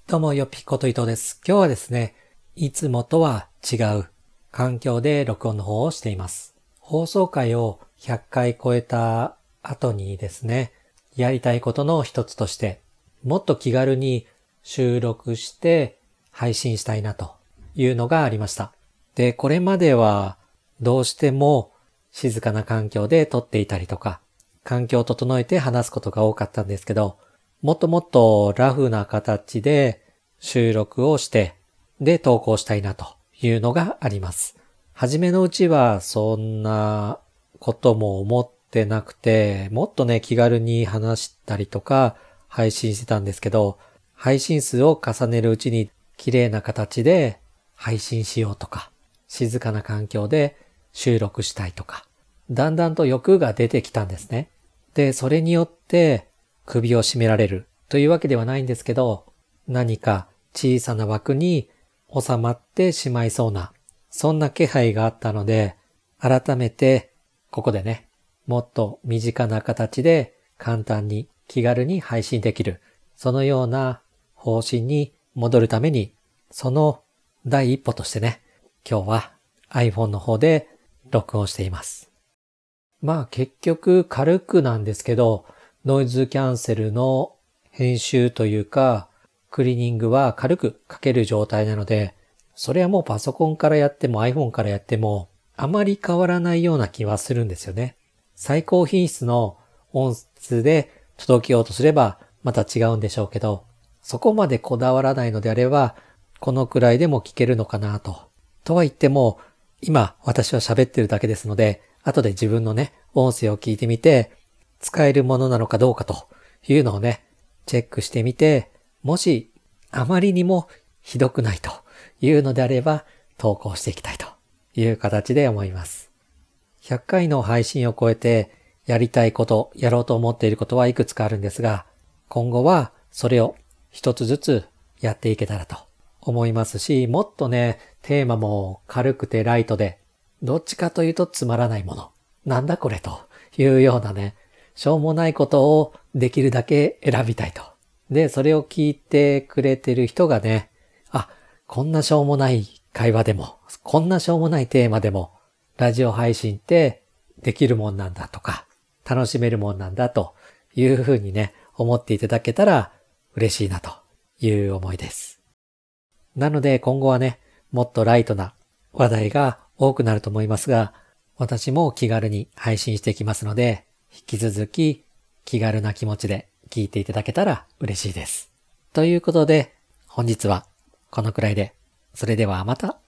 どうもよっぴこと伊藤です。今日はですね、いつもとは違う環境で録音の方をしています。放送回を100回超えた後にですね、やりたいことの一つとして、もっと気軽に収録して配信したいなというのがありました。で、これまではどうしても静かな環境で撮っていたりとか、環境を整えて話すことが多かったんですけど、もっともっとラフな形で収録をして、で投稿したいなというのがあります。初めのうちはそんなことも思ってなくて、もっとね気軽に話したりとか配信してたんですけど、配信数を重ねるうちに綺麗な形で配信しようとか、静かな環境で収録したいとか、だんだんと欲が出てきたんですね。で、それによって首を絞められるというわけではないんですけど、何か小さな枠に収まってしまいそうな、そんな気配があったので、改めてここでね、もっと身近な形で簡単に気軽に配信できる、そのような方針に戻るために、その第一歩としてね、今日は iPhone の方で録音しています。まあ結局軽くなんですけど、ノイズキャンセルの編集というか、クリーニングは軽くかける状態なので、それはもうパソコンからやっても iPhone からやってもあまり変わらないような気はするんですよね。最高品質の音質で届けようとすればまた違うんでしょうけど、そこまでこだわらないのであれば、このくらいでも聞けるのかなと。とは言っても、今私は喋ってるだけですので、後で自分のね、音声を聞いてみて、使えるものなのかどうかというのをね、チェックしてみて、もしあまりにもひどくないというのであれば投稿していきたいという形で思います。100回の配信を超えてやりたいこと、やろうと思っていることはいくつかあるんですが、今後はそれを一つずつやっていけたらと思いますし、もっとね、テーマも軽くてライトで、どっちかというとつまらないもの。なんだこれというようなね、しょうもないことをできるだけ選びたいと。で、それを聞いてくれてる人がね、あ、こんなしょうもない会話でも、こんなしょうもないテーマでも、ラジオ配信ってできるもんなんだとか、楽しめるもんなんだというふうにね、思っていただけたら嬉しいなという思いです。なので今後はね、もっとライトな話題が多くなると思いますが、私も気軽に配信していきますので、引き続き気軽な気持ちで聞いていただけたら嬉しいです。ということで、本日はこのくらいで、それではまた